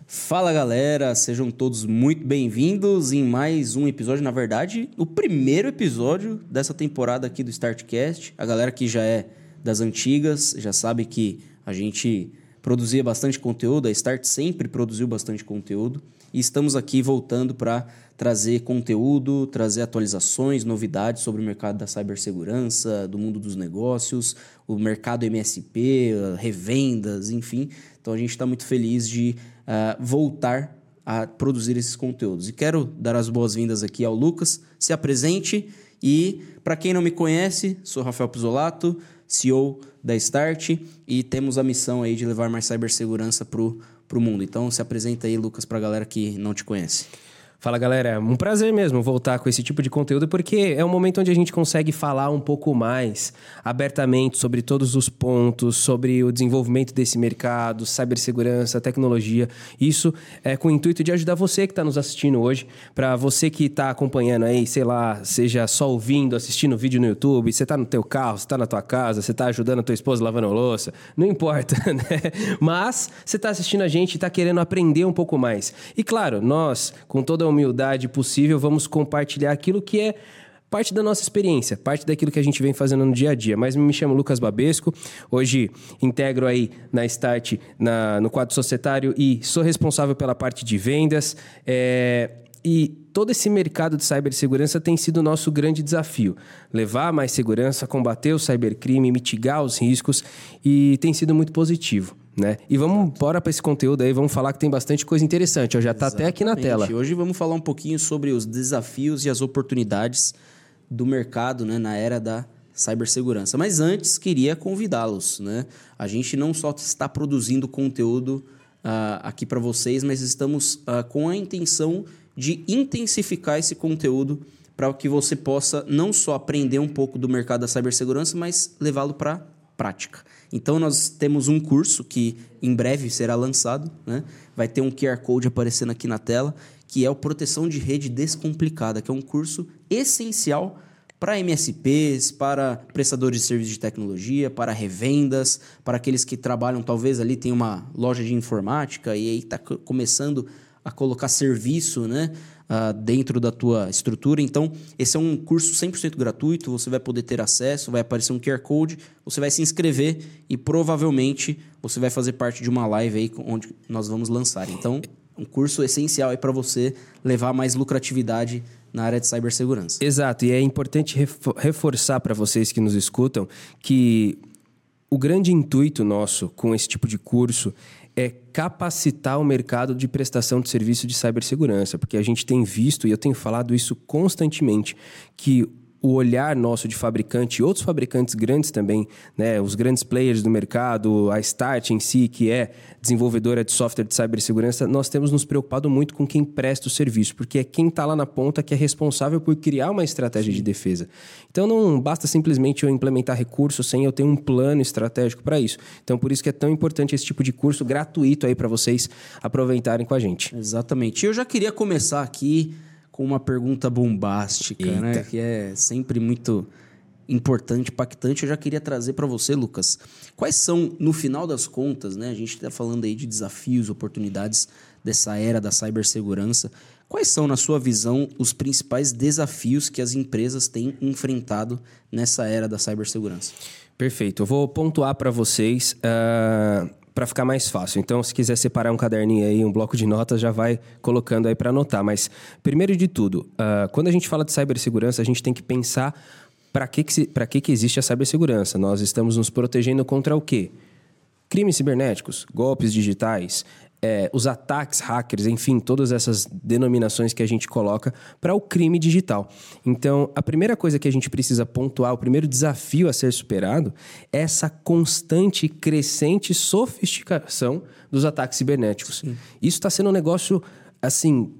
Fala galera, sejam todos muito bem-vindos em mais um episódio, na verdade, o primeiro episódio dessa temporada aqui do StartCast. A galera que já é das antigas já sabe que a gente produzia bastante conteúdo, a Start sempre produziu bastante conteúdo e estamos aqui voltando para trazer conteúdo, trazer atualizações, novidades sobre o mercado da cibersegurança, do mundo dos negócios, o mercado MSP, revendas, enfim. Então a gente está muito feliz de voltar a produzir esses conteúdos. E quero dar as boas-vindas aqui ao Lucas. Se apresente e, para quem não me conhece, sou Rafael Pizzolato, CEO da Start, e temos a missão aí de levar mais cibersegurança pro mundo. Então se apresenta aí, Lucas, para a galera que não te conhece. Fala galera, um prazer mesmo voltar com esse tipo de conteúdo porque é um momento onde a gente consegue falar um pouco mais abertamente sobre todos os pontos, sobre o desenvolvimento desse mercado, cibersegurança, tecnologia. Isso é com o intuito de ajudar você que está nos assistindo hoje, para você que está acompanhando aí, sei lá, seja só ouvindo, assistindo vídeo no YouTube, você está no teu carro, você está na tua casa, você está ajudando a tua esposa lavando a louça, não importa, né? Mas você está assistindo a gente e está querendo aprender um pouco mais. E claro, nós, com toda a humildade possível, vamos compartilhar aquilo que é parte da nossa experiência, parte daquilo que a gente vem fazendo no dia a dia. Mas me chamo Lucas Babesco, hoje integro aí na Start, no quadro societário e sou responsável pela parte de vendas. E todo esse mercado de cibersegurança tem sido o nosso grande desafio. Levar mais segurança, combater o cibercrime, mitigar os riscos, e tem sido muito positivo, né? E bora para esse conteúdo aí, vamos falar que tem bastante coisa interessante. Já está até aqui na tela. Hoje vamos falar um pouquinho sobre os desafios e as oportunidades do mercado, né, na era da cibersegurança. Mas antes, queria convidá-los, né? A gente não só está produzindo conteúdo aqui para vocês, mas estamos com a intenção de intensificar esse conteúdo para que você possa não só aprender um pouco do mercado da cibersegurança, mas levá-lo para prática. Então, nós temos um curso que em breve será lançado, né? Vai ter um QR Code aparecendo aqui na tela, que é o Proteção de Rede Descomplicada, que é um curso essencial para MSPs, para prestadores de serviços de tecnologia, para revendas, para aqueles que trabalham, talvez ali tem uma loja de informática e aí está começando a colocar serviço, né, dentro da tua estrutura. Então, esse é um curso 100% gratuito, você vai poder ter acesso, vai aparecer um QR Code, você vai se inscrever e provavelmente você vai fazer parte de uma live aí onde nós vamos lançar. Então, um curso essencial aí para você levar mais lucratividade na área de cibersegurança. Exato, e é importante reforçar para vocês que nos escutam que o grande intuito nosso com esse tipo de curso é capacitar o mercado de prestação de serviço de cibersegurança, porque a gente tem visto, e eu tenho falado isso constantemente, que o olhar nosso de fabricante e outros fabricantes grandes também, né, os grandes players do mercado, a Start em si, que é desenvolvedora de software de cibersegurança, nós temos nos preocupado muito com quem presta o serviço, porque é quem está lá na ponta que é responsável por criar uma estratégia de defesa. Então não basta simplesmente eu implementar recursos sem eu ter um plano estratégico para isso. Então por isso que é tão importante esse tipo de curso gratuito aí para vocês aproveitarem com a gente. Exatamente. Eu já queria começar aqui com uma pergunta bombástica, né? Que é sempre muito importante, impactante. Eu já queria trazer para você, Lucas, quais são, no final das contas, né? A gente está falando aí de desafios, oportunidades dessa era da cibersegurança. Quais são, na sua visão, os principais desafios que as empresas têm enfrentado nessa era da cibersegurança? Perfeito. Eu vou pontuar para vocês para ficar mais fácil. Então, se quiser separar um caderninho aí, um bloco de notas, já vai colocando aí para anotar. Mas, primeiro de tudo, quando a gente fala de cibersegurança, a gente tem que pensar para que existe a cibersegurança. Nós estamos nos protegendo contra o quê? Crimes cibernéticos, golpes digitais, os ataques hackers, enfim, todas essas denominações que a gente coloca para o crime digital. Então, a primeira coisa que a gente precisa pontuar, o primeiro desafio a ser superado, é essa constante e crescente sofisticação dos ataques cibernéticos. Sim. Isso está sendo um negócio, assim,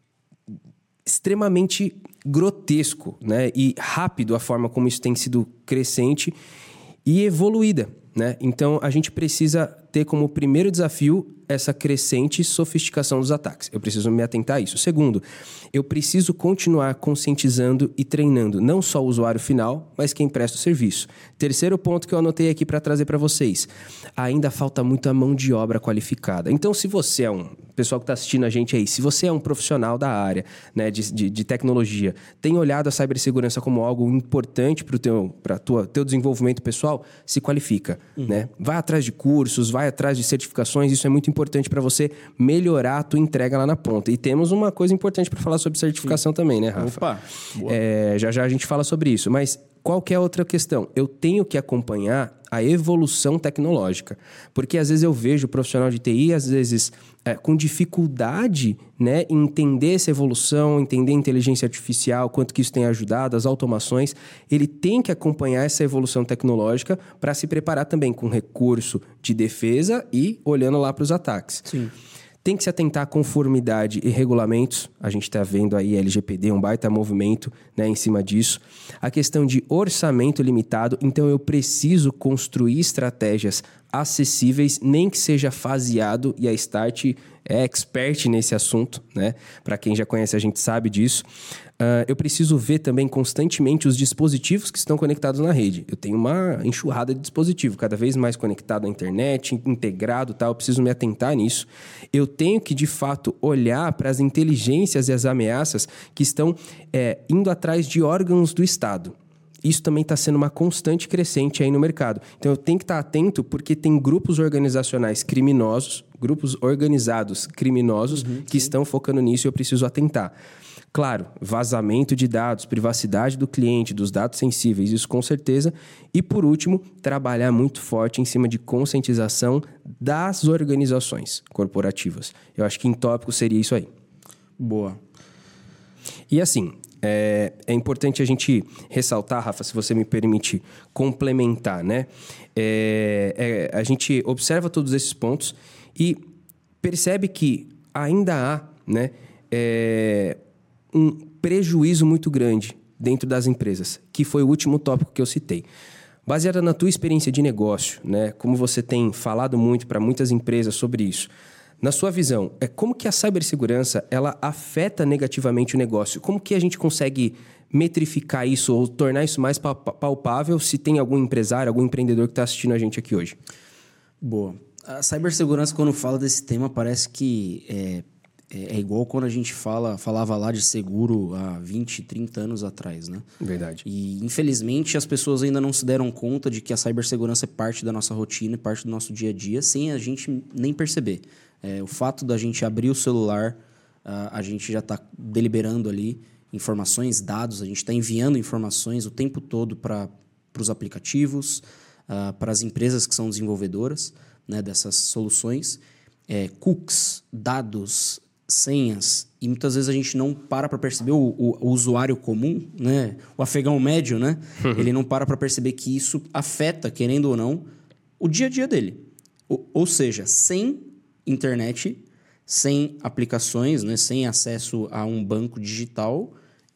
extremamente grotesco, né? E rápido a forma como isso tem sido crescente e evoluída, né? Então, a gente precisa ter como primeiro desafio essa crescente sofisticação dos ataques. Eu preciso me atentar a isso. Segundo, eu preciso continuar conscientizando e treinando não só o usuário final, mas quem presta o serviço. Terceiro ponto que eu anotei aqui para trazer para vocês. Ainda falta muita mão de obra qualificada. Então, se você é um pessoal que está assistindo a gente aí, se você é um profissional da área, né, de tecnologia, tem olhado a cibersegurança como algo importante para o teu desenvolvimento pessoal, se qualifica. Né? Vai atrás de cursos, vai atrás de certificações, isso é muito importante para você melhorar a tua entrega lá na ponta. E temos uma coisa importante para falar sobre certificação também, né, Rafa? Opa! Já a gente fala sobre isso, mas qual que é a outra questão? Eu tenho que acompanhar a evolução tecnológica, porque às vezes eu vejo o profissional de TI, às vezes com dificuldade, né, em entender essa evolução, entender a inteligência artificial, quanto que isso tem ajudado, as automações. Ele tem que acompanhar essa evolução tecnológica para se preparar também com recurso de defesa e olhando lá para os ataques. Sim. Tem que se atentar à conformidade e regulamentos. A gente está vendo aí LGPD, um baita movimento, né, em cima disso. A questão de orçamento limitado. Então, eu preciso construir estratégias acessíveis, nem que seja faseado. E a Start é expert nesse assunto, né? Para quem já conhece, a gente sabe disso. Eu preciso ver também constantemente os dispositivos que estão conectados na rede. Eu tenho uma enxurrada de dispositivo, cada vez mais conectado à internet, integrado, tal. Eu preciso me atentar nisso. Eu tenho que, de fato, olhar para as inteligências e as ameaças que estão indo atrás de órgãos do Estado. Isso também está sendo uma constante crescente aí no mercado. Então, eu tenho que estar atento porque tem grupos organizacionais criminosos, grupos organizados criminosos que estão focando nisso e eu preciso atentar. Claro, vazamento de dados, privacidade do cliente, dos dados sensíveis, isso com certeza. E, por último, trabalhar muito forte em cima de conscientização das organizações corporativas. Eu acho que em tópico seria isso aí. Boa. E assim, é importante a gente ressaltar, Rafa, se você me permite complementar, né? A gente observa todos esses pontos e percebe que ainda há, né, um prejuízo muito grande dentro das empresas, que foi o último tópico que eu citei. Baseada na tua experiência de negócio, né, como você tem falado muito para muitas empresas sobre isso, na sua visão, como que a cibersegurança ela afeta negativamente o negócio? Como que a gente consegue metrificar isso ou tornar isso mais palpável se tem algum empresário, algum empreendedor que está assistindo a gente aqui hoje? Boa. A cibersegurança, quando fala desse tema, parece que é igual quando a gente falava lá de seguro há 20, 30 anos atrás, né? Verdade. E, infelizmente, as pessoas ainda não se deram conta de que a cibersegurança é parte da nossa rotina, parte do nosso dia a dia, sem a gente nem perceber. O fato da gente abrir o celular, a gente já está deliberando ali informações, dados, a gente está enviando informações o tempo todo para os aplicativos, para as empresas que são desenvolvedoras, né, dessas soluções. Cookies, dados, senhas, e muitas vezes a gente não para perceber, o usuário comum, né, o afegão médio, né, ele não para perceber que isso afeta, querendo ou não, o dia a dia dele. Ou seja, sem internet, sem aplicações, né, sem acesso a um banco digital,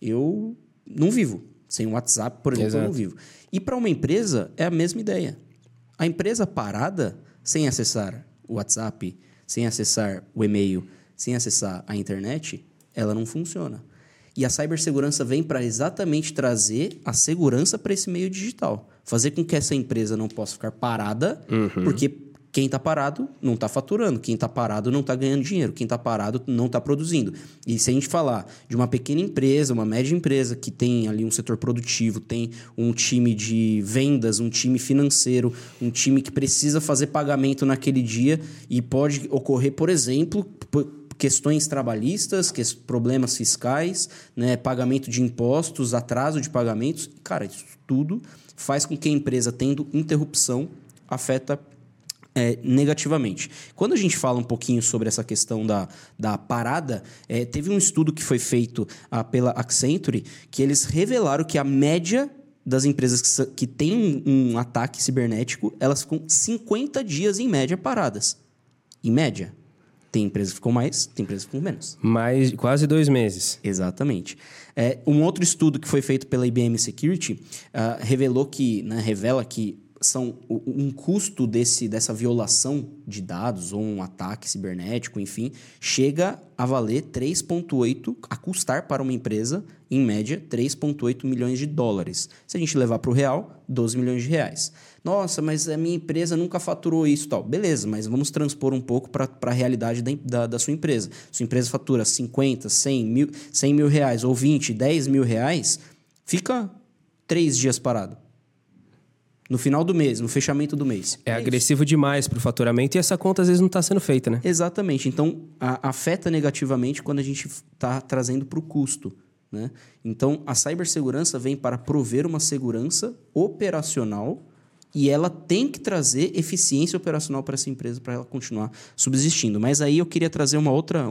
eu não vivo. Sem WhatsApp, por exemplo, eu não vivo. E para uma empresa é a mesma ideia. A empresa parada, sem acessar o WhatsApp, sem acessar o e-mail, sem acessar a internet, ela não funciona. E a cibersegurança vem para exatamente trazer a segurança para esse meio digital. Fazer com que essa empresa não possa ficar parada, porque quem está parado não está faturando, quem está parado não está ganhando dinheiro, quem está parado não está produzindo. E se a gente falar de uma pequena empresa, uma média empresa que tem ali um setor produtivo, tem um time de vendas, um time financeiro, um time que precisa fazer pagamento naquele dia e pode ocorrer, por exemplo, questões trabalhistas, problemas fiscais, né, pagamento de impostos, atraso de pagamentos. Cara, isso tudo faz com que a empresa, tendo interrupção, afeta negativamente. Quando a gente fala um pouquinho sobre essa questão da parada, teve um estudo que foi feito pela Accenture, que eles revelaram que a média das empresas que têm um ataque cibernético, elas ficam 50 dias em média paradas. Em média. Tem empresas que ficam mais, tem empresas que ficam menos. Mais quase 2 meses. Exatamente. Um outro estudo que foi feito pela IBM Security revela que um custo dessa violação de dados ou um ataque cibernético, enfim, chega a valer 3,8, a custar para uma empresa, em média, 3,8 milhões de dólares. Se a gente levar para o real, 12 milhões de reais. Nossa, mas a minha empresa nunca faturou isso e tal. Beleza, mas vamos transpor um pouco para a realidade da sua empresa. Sua empresa fatura 50, 100 mil reais ou 20, 10 mil reais, fica 3 dias parado. No final do mês, no fechamento do mês. É agressivo demais para o faturamento e essa conta às vezes não está sendo feita, né? Exatamente. Então, afeta negativamente quando a gente está trazendo para o custo, né? Então, a cibersegurança vem para prover uma segurança operacional e ela tem que trazer eficiência operacional para essa empresa para ela continuar subsistindo. Mas aí eu queria trazer uma outra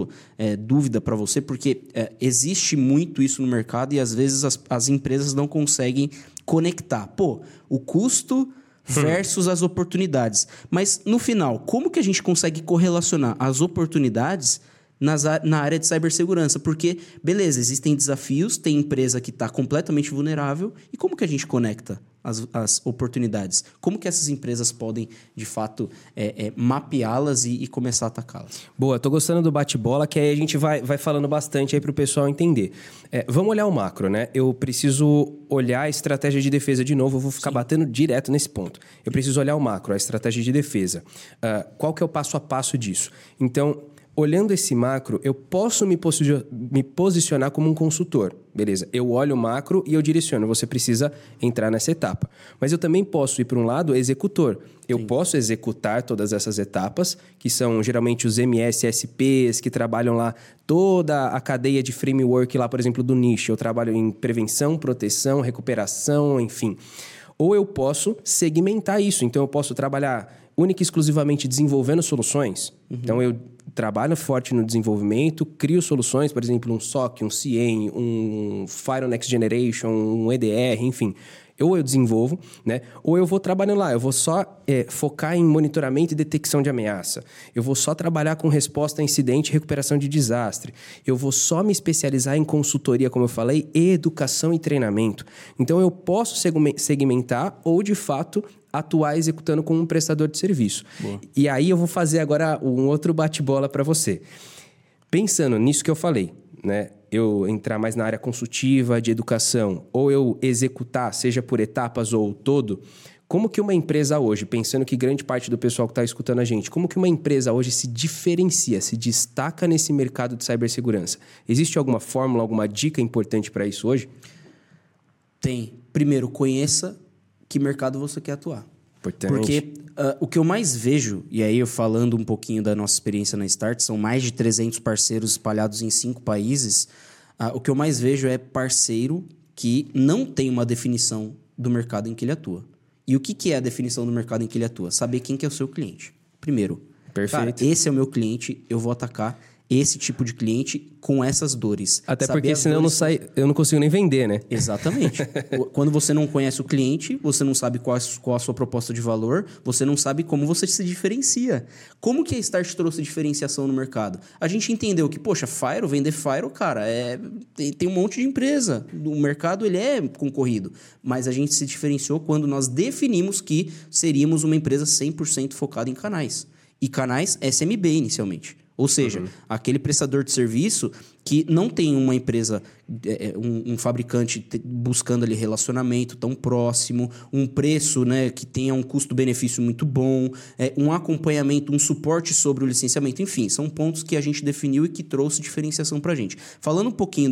dúvida para você, porque existe muito isso no mercado e às vezes as empresas não conseguem conectar. Pô, o custo versus as oportunidades. Mas, no final, como que a gente consegue correlacionar as oportunidades na área de cibersegurança? Porque, beleza, existem desafios, tem empresa que está completamente vulnerável. E como que a gente conecta as oportunidades? Como que essas empresas podem, de fato, mapeá-las e começar a atacá-las? Boa, tô gostando do bate-bola, que aí a gente vai falando bastante aí para o pessoal entender. Vamos olhar o macro, né? Eu preciso olhar a estratégia de defesa de novo, eu vou ficar batendo direto nesse ponto. Eu preciso olhar o macro, a estratégia de defesa. Qual que é o passo a passo disso? Então, olhando esse macro, eu posso me posicionar como um consultor. Beleza, eu olho o macro e eu direciono. Você precisa entrar nessa etapa. Mas eu também posso ir para um lado executor. Eu posso executar todas essas etapas, que são geralmente os MSSPs, que trabalham lá toda a cadeia de framework lá, por exemplo, do nicho. Eu trabalho em prevenção, proteção, recuperação, enfim. Ou eu posso segmentar isso. Então, eu posso trabalhar única e exclusivamente desenvolvendo soluções. Então, eu trabalho forte no desenvolvimento, crio soluções, por exemplo, um SOC, um CIEM, um Firewall Next Generation, um EDR, enfim. Ou eu desenvolvo, né? Ou eu vou trabalhando lá. Eu vou só focar em monitoramento e detecção de ameaça. Eu vou só trabalhar com resposta a incidente e recuperação de desastre. Eu vou só me especializar em consultoria, como eu falei, e educação e treinamento. Então, eu posso segmentar ou, de fato, atuar executando como um prestador de serviço. Boa. E aí eu vou fazer agora um outro bate-bola para você. Pensando nisso que eu falei, né? Eu entrar mais na área consultiva, de educação, ou eu executar, seja por etapas ou todo, como que uma empresa hoje, pensando que grande parte do pessoal que está escutando a gente, como que uma empresa hoje se diferencia, se destaca nesse mercado de cibersegurança? Existe alguma fórmula, alguma dica importante para isso hoje? Tem. Primeiro, conheça que mercado você quer atuar. Importante. Porque o que eu mais vejo, e aí eu falando um pouquinho da nossa experiência na Start, são mais de 300 parceiros espalhados em 5 países, o que eu mais vejo é parceiro que não tem uma definição do mercado em que ele atua. E o que é a definição do mercado em que ele atua? Saber quem que é o seu cliente. Primeiro, perfeito. Cara, esse é o meu cliente, eu vou atacar esse tipo de cliente com essas dores. Até porque senão eu não consigo nem vender, né? Exatamente. Quando você não conhece o cliente, você não sabe qual a sua proposta de valor, você não sabe como você se diferencia. Como que a Start trouxe diferenciação no mercado? A gente entendeu que, poxa, vender Firewall, cara, tem um monte de empresa. O mercado, ele é concorrido. Mas a gente se diferenciou quando nós definimos que seríamos uma empresa 100% focada em canais. E canais SMB, inicialmente. Ou seja, aquele prestador de serviço que não tem uma empresa, um fabricante buscando ali relacionamento tão próximo, um preço, né, que tenha um custo-benefício muito bom, um acompanhamento, um suporte sobre o licenciamento. Enfim, são pontos que a gente definiu e que trouxe diferenciação para a gente. Falando um pouquinho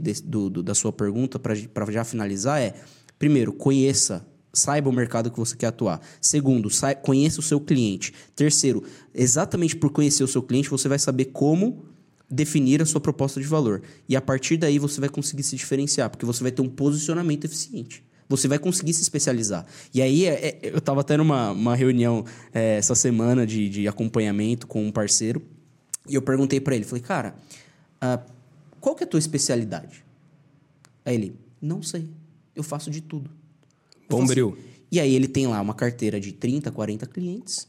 da sua pergunta, para já finalizar, primeiro, saiba o mercado que você quer atuar. Segundo, conheça o seu cliente. Terceiro, exatamente por conhecer o seu cliente, você vai saber como definir a sua proposta de valor. E a partir daí você vai conseguir se diferenciar, porque você vai ter um posicionamento eficiente. Você vai conseguir se especializar. E aí, eu estava tendo uma reunião essa semana de acompanhamento com um parceiro, e eu perguntei para ele, falei, cara, qual que é a tua especialidade? Aí ele, não sei, eu faço de tudo. Bombril. E aí ele tem lá uma carteira de 30, 40 clientes.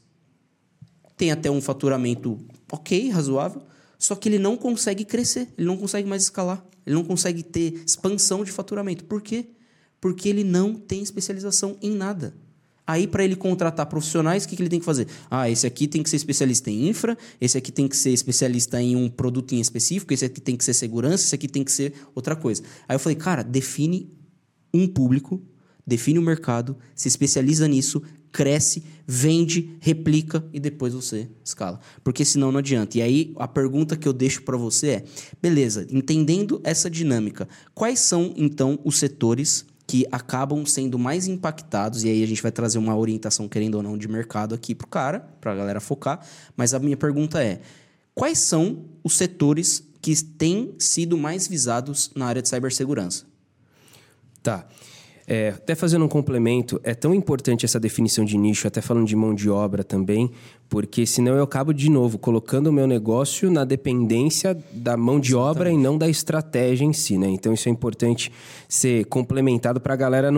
Tem até um faturamento ok, razoável. Só que ele não consegue crescer. Ele não consegue mais escalar. Ele não consegue ter expansão de faturamento. Por quê? Porque ele não tem especialização em nada. Aí, para ele contratar profissionais, o que ele tem que fazer? Esse aqui tem que ser especialista em infra, esse aqui tem que ser especialista em um produto em específico, esse aqui tem que ser segurança, esse aqui tem que ser outra coisa. Aí eu falei, cara, define um público, define o mercado, se especializa nisso, cresce, vende, replica e depois você escala. Porque senão não adianta. E aí a pergunta que eu deixo para você é, beleza, entendendo essa dinâmica, quais são então os setores que acabam sendo mais impactados, e aí a gente vai trazer uma orientação, querendo ou não, de mercado aqui pro cara, pra galera focar, mas a minha pergunta é, quais são os setores que têm sido mais visados na área de cibersegurança? Tá. Até fazendo um complemento, é tão importante essa definição de nicho, até falando de mão de obra também, porque senão eu acabo, de novo, colocando o meu negócio na dependência da mão de obra e não da estratégia em si, né? Então, isso é importante ser complementado para a galera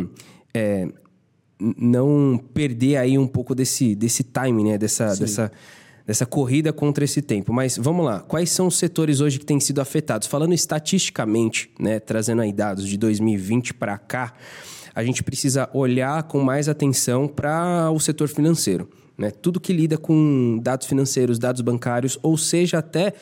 não perder aí um pouco desse timing, né? Dessa corrida contra esse tempo. Mas vamos lá, quais são os setores hoje que têm sido afetados? Falando estatisticamente, né, trazendo aí dados de 2020 para cá, a gente precisa olhar com mais atenção para o setor financeiro, né? Tudo que lida com dados financeiros, dados bancários, ou seja, até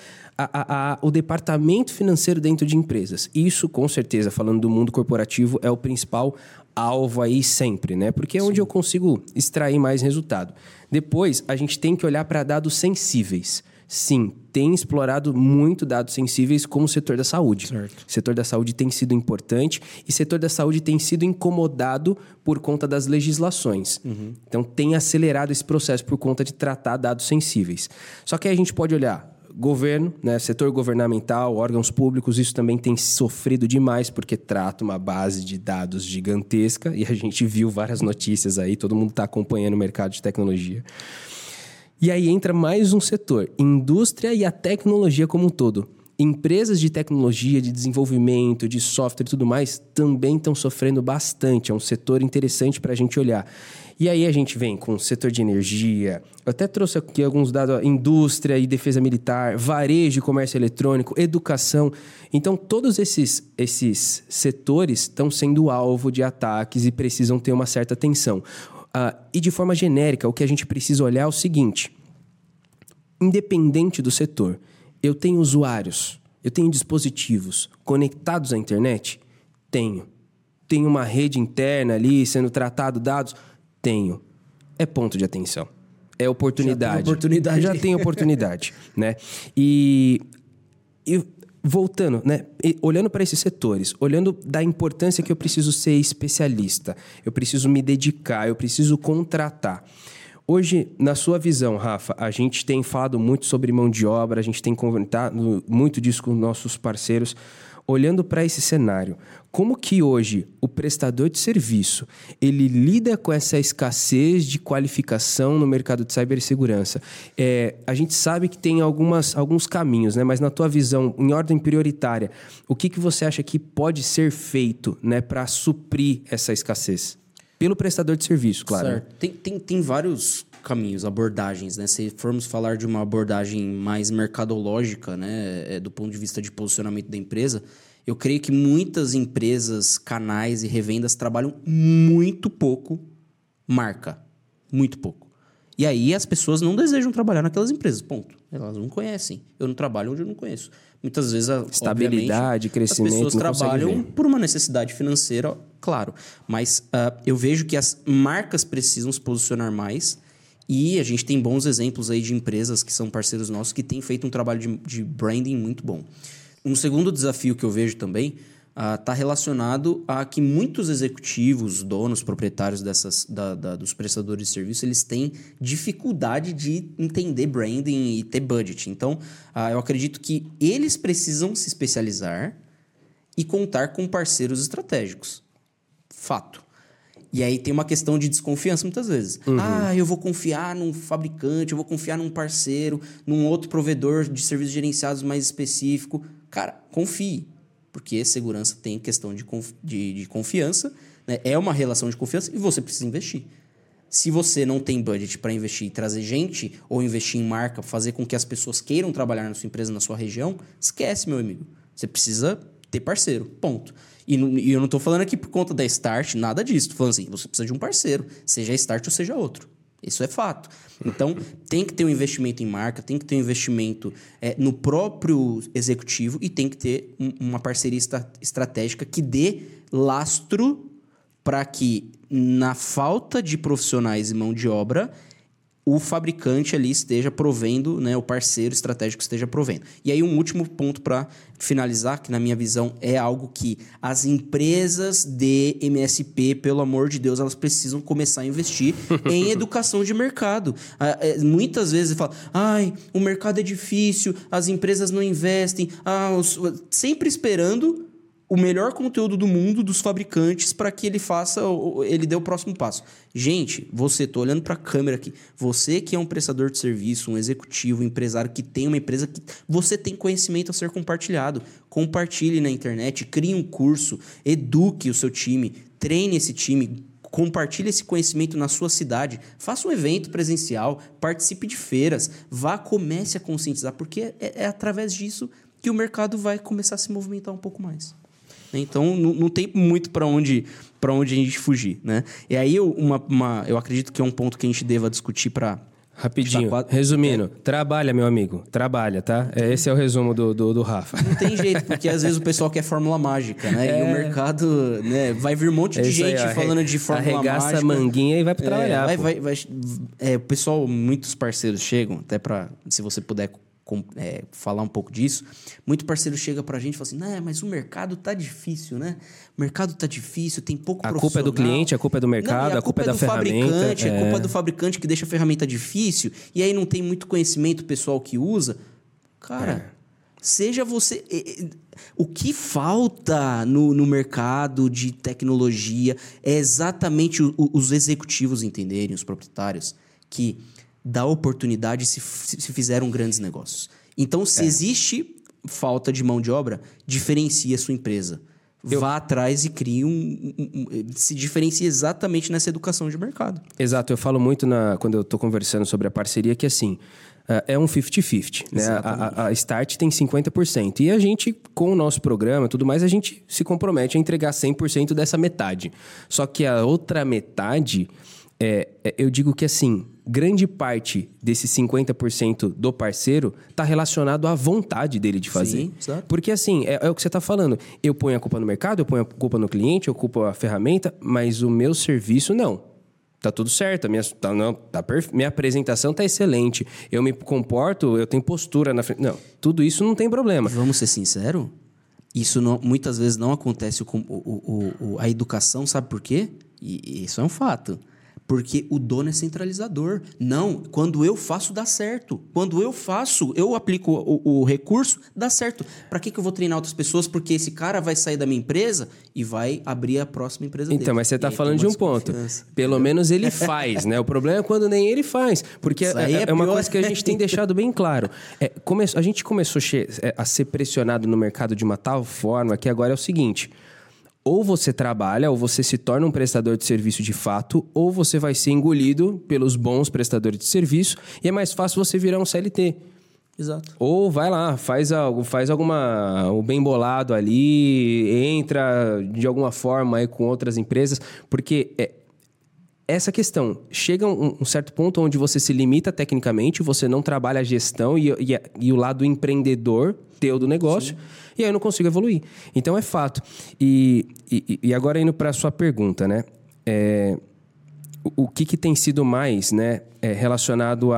o departamento financeiro dentro de empresas. Isso, com certeza, falando do mundo corporativo, é o principal alvo aí sempre, né? Porque é onde eu consigo extrair mais resultado. Depois, a gente tem que olhar para dados sensíveis. Sim, tem explorado muito dados sensíveis como o setor da saúde. Certo. O setor da saúde tem sido importante e o setor da saúde tem sido incomodado por conta das legislações. Então, tem acelerado esse processo por conta de tratar dados sensíveis. Só que aí a gente pode olhar governo, né, setor governamental, órgãos públicos, isso também tem sofrido demais porque trata uma base de dados gigantesca e a gente viu várias notícias aí, todo mundo está acompanhando o mercado de tecnologia. E aí entra mais um setor, indústria e a tecnologia como um todo. Empresas de tecnologia, de desenvolvimento, de software e tudo mais também estão sofrendo bastante. É um setor interessante para a gente olhar. E aí a gente vem com o setor de energia. Eu até trouxe aqui alguns dados, indústria e defesa militar, varejo e comércio eletrônico, educação. Então, todos esses setores estão sendo alvo de ataques e precisam ter uma certa atenção. E de forma genérica, o que a gente precisa olhar é o seguinte. Independente do setor, eu tenho usuários, eu tenho dispositivos conectados à internet? Tenho. Tenho uma rede interna ali sendo tratado dados? Tenho. É ponto de atenção. É oportunidade. Já tem oportunidade, né? E voltando, né? Olhando para esses setores, olhando da importância que eu preciso ser especialista, eu preciso me dedicar, eu preciso contratar. Hoje, na sua visão, Rafa, a gente tem falado muito sobre mão de obra, a gente tem conversado muito disso com nossos parceiros. Olhando para esse cenário, como que hoje o prestador de serviço ele lida com essa escassez de qualificação no mercado de cibersegurança? A gente sabe que tem alguns caminhos, né? Mas na tua visão, em ordem prioritária, o que você acha que pode ser feito, né, para suprir essa escassez? Pelo prestador de serviço, claro. Certo. Tem vários caminhos, abordagens, né? Se formos falar de uma abordagem mais mercadológica, né, do ponto de vista de posicionamento da empresa, eu creio que muitas empresas, canais e revendas trabalham muito pouco marca. Muito pouco. E aí as pessoas não desejam trabalhar naquelas empresas, ponto. Elas não conhecem. Eu não trabalho onde eu não conheço. Muitas vezes, estabilidade, crescimento, as pessoas trabalham por uma necessidade financeira, claro. Mas eu vejo que as marcas precisam se posicionar mais. E a gente tem bons exemplos aí de empresas que são parceiros nossos que têm feito um trabalho de branding muito bom. Um segundo desafio que eu vejo também está relacionado a que muitos executivos, donos, proprietários dos prestadores de serviço, eles têm dificuldade de entender branding e ter budget. Então, eu acredito que eles precisam se especializar e contar com parceiros estratégicos. Fato. E aí tem uma questão de desconfiança muitas vezes. Eu vou confiar num fabricante, eu vou confiar num parceiro, num outro provedor de serviços gerenciados mais específico. Cara, confie. Porque segurança tem questão de confiança, né? É uma relação de confiança e você precisa investir. Se você não tem budget para investir e trazer gente, ou investir em marca, fazer com que as pessoas queiram trabalhar na sua empresa, na sua região, esquece, meu amigo. Você precisa ter parceiro, ponto. E eu não tô falando aqui por conta da Start, nada disso. Tô falando assim, você precisa de um parceiro, seja a Start ou seja outro. Isso é fato. Então, tem que ter um investimento em marca, tem que ter um investimento no próprio executivo e tem que ter uma parceria estratégica que dê lastro para que, na falta de profissionais e mão de obra, o fabricante ali esteja provendo, né, o parceiro estratégico esteja provendo. E aí um último ponto para finalizar, que na minha visão é algo que as empresas de MSP, pelo amor de Deus, elas precisam começar a investir em educação de mercado. Muitas vezes fala, o mercado é difícil, as empresas não investem, sempre esperando o melhor conteúdo do mundo dos fabricantes para que ele dê o próximo passo. Gente, tô olhando para a câmera aqui, você que é um prestador de serviço, um executivo, um empresário que tem uma empresa que você tem conhecimento a ser compartilhado. Compartilhe na internet, crie um curso, eduque o seu time, treine esse time, compartilhe esse conhecimento na sua cidade, faça um evento presencial, participe de feiras, comece a conscientizar, porque é através disso que o mercado vai começar a se movimentar um pouco mais. Então, não tem muito para onde a gente fugir, né? E aí, eu acredito que é um ponto que a gente deva discutir para... Rapidinho, resumindo, trabalha, meu amigo, trabalha, tá? Esse é o resumo do Rafa. Não tem jeito, porque às vezes o pessoal quer fórmula mágica, né? E o mercado, né? Vai vir um monte de gente falando de fórmula mágica. Arregaça a manguinha e vai para trabalhar. O pessoal, muitos parceiros chegam, até para, se você puder... falar um pouco disso, muito parceiro chega pra gente e fala assim, mas o mercado tá difícil, né? O mercado tá difícil, tem pouco profissional. A culpa é do cliente, a culpa é do mercado, a culpa é da ferramenta. A culpa é do fabricante que deixa a ferramenta difícil e aí não tem muito conhecimento pessoal que usa. Cara, seja você... O que falta no mercado de tecnologia é exatamente os executivos entenderem, os proprietários, que da oportunidade se fizeram grandes negócios. Então, se existe falta de mão de obra, diferencie a sua empresa. Vá atrás e crie se diferencie exatamente nessa educação de mercado. Exato. Eu falo muito quando eu estou conversando sobre a parceria que, assim, é um 50-50. Né? A Start tem 50%. E a gente, com o nosso programa e tudo mais, a gente se compromete a entregar 100% dessa metade. Só que a outra metade... eu digo que, assim, grande parte desse 50% do parceiro está relacionado à vontade dele de fazer. Sim, exato. Porque, assim, é o que você está falando. Eu ponho a culpa no mercado, eu ponho a culpa no cliente, eu culpo a ferramenta, mas o meu serviço, não. Tá tudo certo, minha apresentação tá excelente, eu me comporto, eu tenho postura na frente. Não, tudo isso não tem problema. Vamos ser sinceros? Isso muitas vezes não acontece com a educação, sabe por quê? E isso é um fato. Porque o dono é centralizador. Não, quando eu faço, dá certo. Quando eu aplico o recurso, dá certo. Para que eu vou treinar outras pessoas? Porque esse cara vai sair da minha empresa e vai abrir a próxima empresa dele. Então, mas você está falando de um ponto. Pelo menos ele faz, né? O problema é quando nem ele faz. Porque é uma coisa que a gente tem deixado bem claro. A gente começou a ser pressionado no mercado de uma tal forma que agora é o seguinte... Ou você trabalha, ou você se torna um prestador de serviço de fato, ou você vai ser engolido pelos bons prestadores de serviço e é mais fácil você virar um CLT. Exato. Ou vai lá, faz o bem bolado ali, entra de alguma forma aí com outras empresas, porque essa questão, chega um certo ponto onde você se limita tecnicamente, você não trabalha a gestão e o lado empreendedor teu do negócio, sim. E aí eu não consigo evoluir. Então é fato. E agora indo para a sua pergunta, né? O que tem sido mais, né, relacionado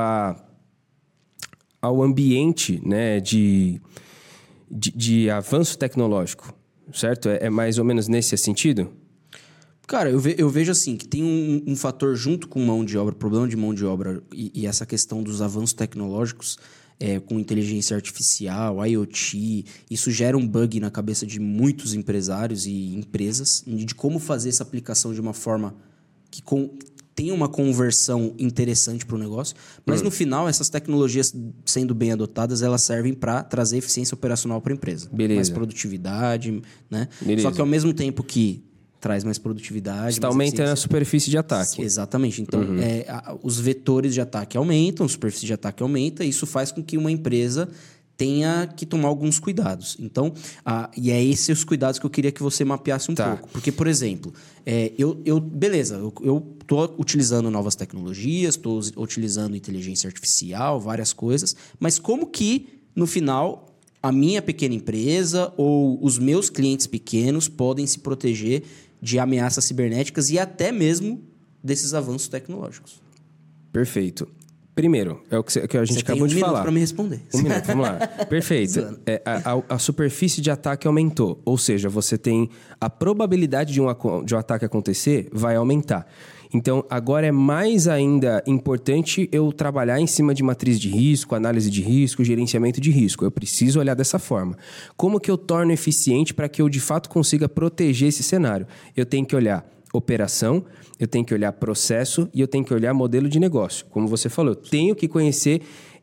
ao ambiente, né, de avanço tecnológico, certo? É mais ou menos nesse sentido? Cara, eu vejo assim, que tem um fator junto com mão de obra, problema de mão de obra e essa questão dos avanços tecnológicos com inteligência artificial, IoT, isso gera um bug na cabeça de muitos empresários e empresas de como fazer essa aplicação de uma forma que tenha uma conversão interessante para o negócio, mas no final essas tecnologias sendo bem adotadas, elas servem para trazer eficiência operacional para a empresa. Beleza. Mais produtividade, né? Beleza. Só que ao mesmo tempo que traz mais produtividade. Está aumentando a superfície de ataque. Exatamente. Então, os vetores de ataque aumentam, a superfície de ataque aumenta, e isso faz com que uma empresa tenha que tomar alguns cuidados. Então, e é esses os cuidados que eu queria que você mapeasse um pouco. Porque, por exemplo, beleza, eu estou utilizando novas tecnologias, estou utilizando inteligência artificial, várias coisas, mas como que, no final, a minha pequena empresa ou os meus clientes pequenos podem se proteger de ameaças cibernéticas e até mesmo desses avanços tecnológicos? Perfeito. Primeiro, é o que a gente acabou de falar. Você tem 1 minuto para me responder. 1 minuto, vamos lá. Perfeito. A superfície de ataque aumentou. Ou seja, você tem a probabilidade de um ataque acontecer vai aumentar. Então, agora é mais ainda importante eu trabalhar em cima de matriz de risco, análise de risco, gerenciamento de risco. Eu preciso olhar dessa forma. Como que eu torno eficiente para que eu, de fato, consiga proteger esse cenário? Eu tenho que olhar operação, eu tenho que olhar processo e eu tenho que olhar modelo de negócio. Como você falou, eu tenho que conhecer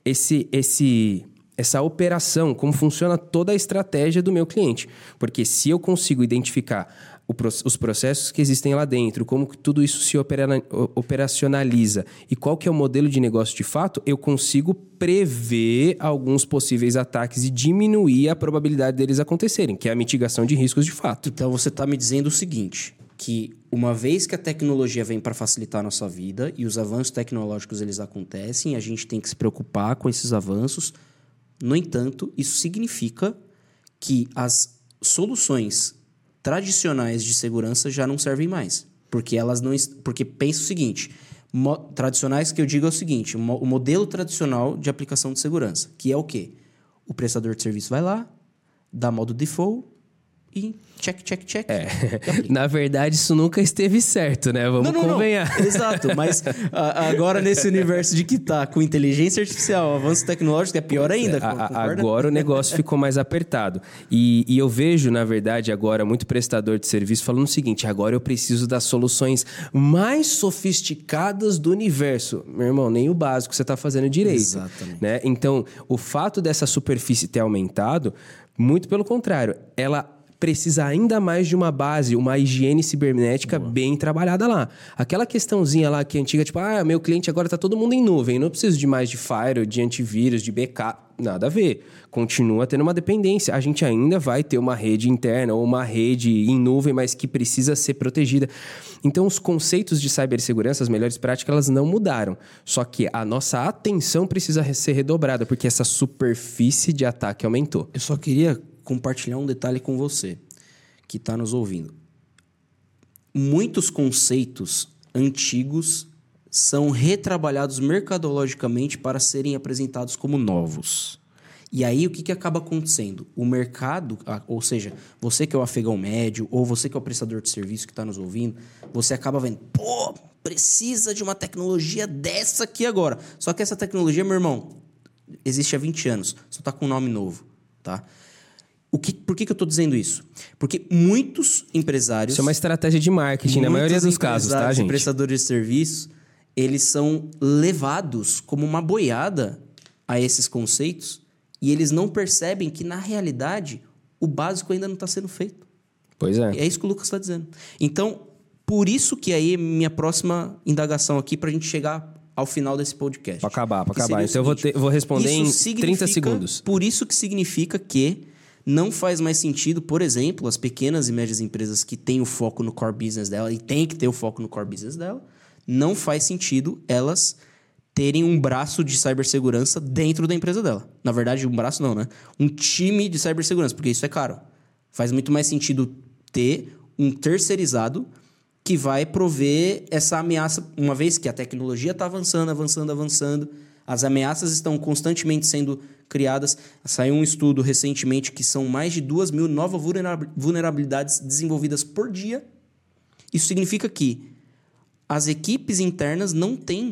essa operação, como funciona toda a estratégia do meu cliente. Porque se eu consigo identificar os processos que existem lá dentro, como que tudo isso se operacionaliza e qual que é o modelo de negócio de fato, eu consigo prever alguns possíveis ataques e diminuir a probabilidade deles acontecerem, que é a mitigação de riscos de fato. Então, você está me dizendo o seguinte, que uma vez que a tecnologia vem para facilitar a nossa vida e os avanços tecnológicos eles acontecem, a gente tem que se preocupar com esses avanços. No entanto, isso significa que as soluções tradicionais de segurança já não servem mais. Porque pensa o seguinte, tradicionais que eu digo é o seguinte, o modelo tradicional de aplicação de segurança, que é o quê? O prestador de serviço vai lá, dá modo default e check. Na verdade, isso nunca esteve certo, né? Vamos convenhar. Não. Exato, mas agora nesse universo de que tá com inteligência artificial, avanço tecnológico, é pior ainda. Agora o negócio ficou mais apertado. E eu vejo, na verdade, agora muito prestador de serviço falando o seguinte, agora eu preciso das soluções mais sofisticadas do universo. Meu irmão, nem o básico você está fazendo direito. Exatamente. Né? Então, o fato dessa superfície ter aumentado, muito pelo contrário, ela precisa ainda mais de uma base, uma higiene cibernética bem trabalhada lá. Aquela questãozinha lá que é antiga, tipo, meu cliente agora tá todo mundo em nuvem, não preciso de mais de firewall, de antivírus, de backup, nada a ver. Continua tendo uma dependência. A gente ainda vai ter uma rede interna ou uma rede em nuvem, mas que precisa ser protegida. Então, os conceitos de cibersegurança, as melhores práticas, elas não mudaram. Só que a nossa atenção precisa ser redobrada, porque essa superfície de ataque aumentou. Eu só queria compartilhar um detalhe com você que está nos ouvindo. Muitos conceitos antigos são retrabalhados mercadologicamente para serem apresentados como novos. E aí, o que acaba acontecendo? O mercado, ou seja, você que é o afegão médio ou você que é o prestador de serviço que está nos ouvindo, você acaba vendo, precisa de uma tecnologia dessa aqui agora. Só que essa tecnologia, meu irmão, existe há 20 anos, só está com um nome novo, tá? Por que eu estou dizendo isso? Porque muitos empresários... Isso é uma estratégia de marketing, na maioria dos casos, tá, gente? Prestadores de serviço, eles são levados como uma boiada a esses conceitos e eles não percebem que, na realidade, o básico ainda não está sendo feito. Pois é. É isso que o Lucas está dizendo. Então, por isso que aí minha próxima indagação aqui para a gente chegar ao final desse podcast. Para acabar. Então, eu vou responder em 30 segundos. Por isso que significa que não faz mais sentido, por exemplo, as pequenas e médias empresas que têm o foco no core business dela e tem que ter o foco no core business dela, não faz sentido elas terem um braço de cibersegurança dentro da empresa dela. Na verdade, um braço não, né? Um time de cibersegurança, porque isso é caro. Faz muito mais sentido ter um terceirizado que vai prover essa ameaça, uma vez que a tecnologia está avançando, as ameaças estão constantemente sendo criadas. Saiu um estudo recentemente que são mais de 2.000 novas vulnerabilidades desenvolvidas por dia. Isso significa que as equipes internas não têm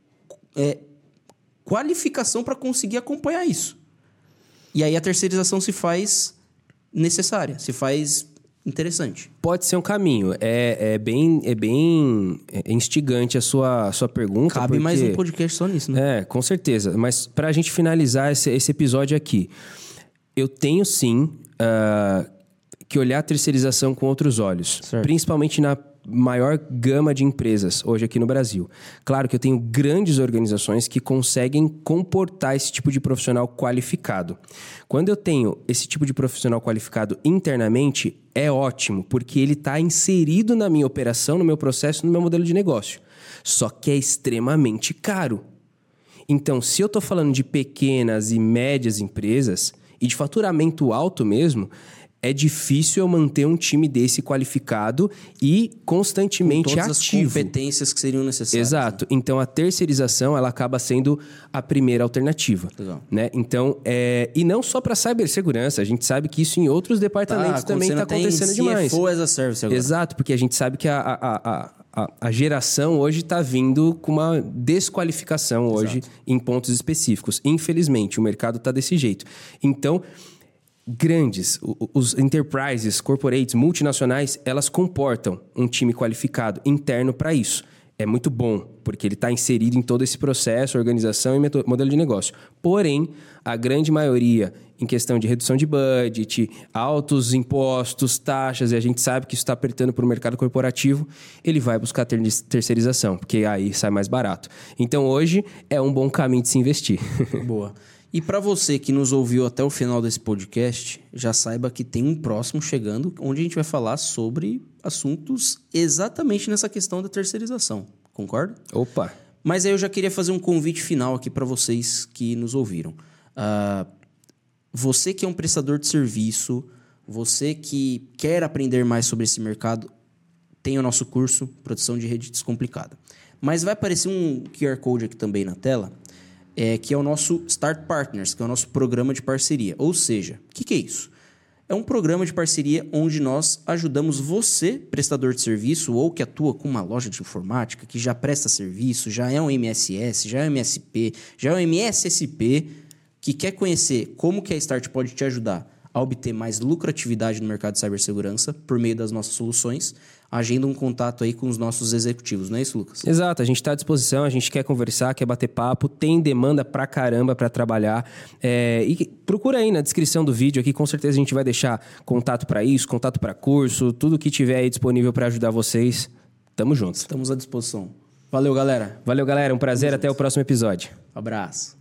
qualificação para conseguir acompanhar isso. E aí a terceirização se faz necessária, se faz interessante. Pode ser um caminho. É bem instigante a sua pergunta. Cabe mais um podcast só nisso, né? Com certeza. Mas para a gente finalizar esse episódio aqui, eu tenho sim que olhar a terceirização com outros olhos. Certo. Principalmente maior gama de empresas hoje aqui no Brasil. Claro que eu tenho grandes organizações que conseguem comportar esse tipo de profissional qualificado. Quando eu tenho esse tipo de profissional qualificado internamente, é ótimo, porque ele está inserido na minha operação, no meu processo, no meu modelo de negócio. Só que é extremamente caro. Então, se eu estou falando de pequenas e médias empresas, e de faturamento alto mesmo, é difícil eu manter um time desse qualificado e constantemente com todas ativo. As competências que seriam necessárias. Exato. Né? Então, a terceirização ela acaba sendo a primeira alternativa. Legal. Né? Então, e não só para cibersegurança. A gente sabe que isso em outros departamentos também está acontecendo demais. CFO as a service agora. Exato, porque a gente sabe que a geração hoje está vindo com uma desqualificação hoje em pontos específicos. Infelizmente, o mercado está desse jeito. Então, grandes, os enterprises, corporates, multinacionais, elas comportam um time qualificado interno para isso. É muito bom, porque ele está inserido em todo esse processo, organização e modelo de negócio. Porém, a grande maioria, em questão de redução de budget, altos impostos, taxas, e a gente sabe que isso está apertando para o mercado corporativo, ele vai buscar terceirização, porque aí sai mais barato. Então, hoje, é um bom caminho de se investir. Boa. E para você que nos ouviu até o final desse podcast, já saiba que tem um próximo chegando, onde a gente vai falar sobre assuntos exatamente nessa questão da terceirização. Concorda? Opa! Mas aí eu já queria fazer um convite final aqui para vocês que nos ouviram. Você que é um prestador de serviço, você que quer aprender mais sobre esse mercado, tem o nosso curso Proteção de Rede Descomplicada. Mas vai aparecer um QR Code aqui também na tela, que é o nosso Start Partners, que é o nosso programa de parceria. Ou seja, o que é isso? É um programa de parceria onde nós ajudamos você, prestador de serviço, ou que atua com uma loja de informática, que já presta serviço, já é um MSS, já é um MSP, já é um MSSP, que quer conhecer como que a Start pode te ajudar a obter mais lucratividade no mercado de cibersegurança por meio das nossas soluções, agenda um contato aí com os nossos executivos, não é isso, Lucas? Exato, a gente está à disposição, a gente quer conversar, quer bater papo, tem demanda pra caramba pra trabalhar. E procura aí na descrição do vídeo aqui, com certeza a gente vai deixar contato para isso, contato para curso, tudo que tiver aí disponível para ajudar vocês. Tamo junto. Estamos à disposição. Valeu, galera. Valeu, galera. Um prazer. Até o próximo episódio. Abraço.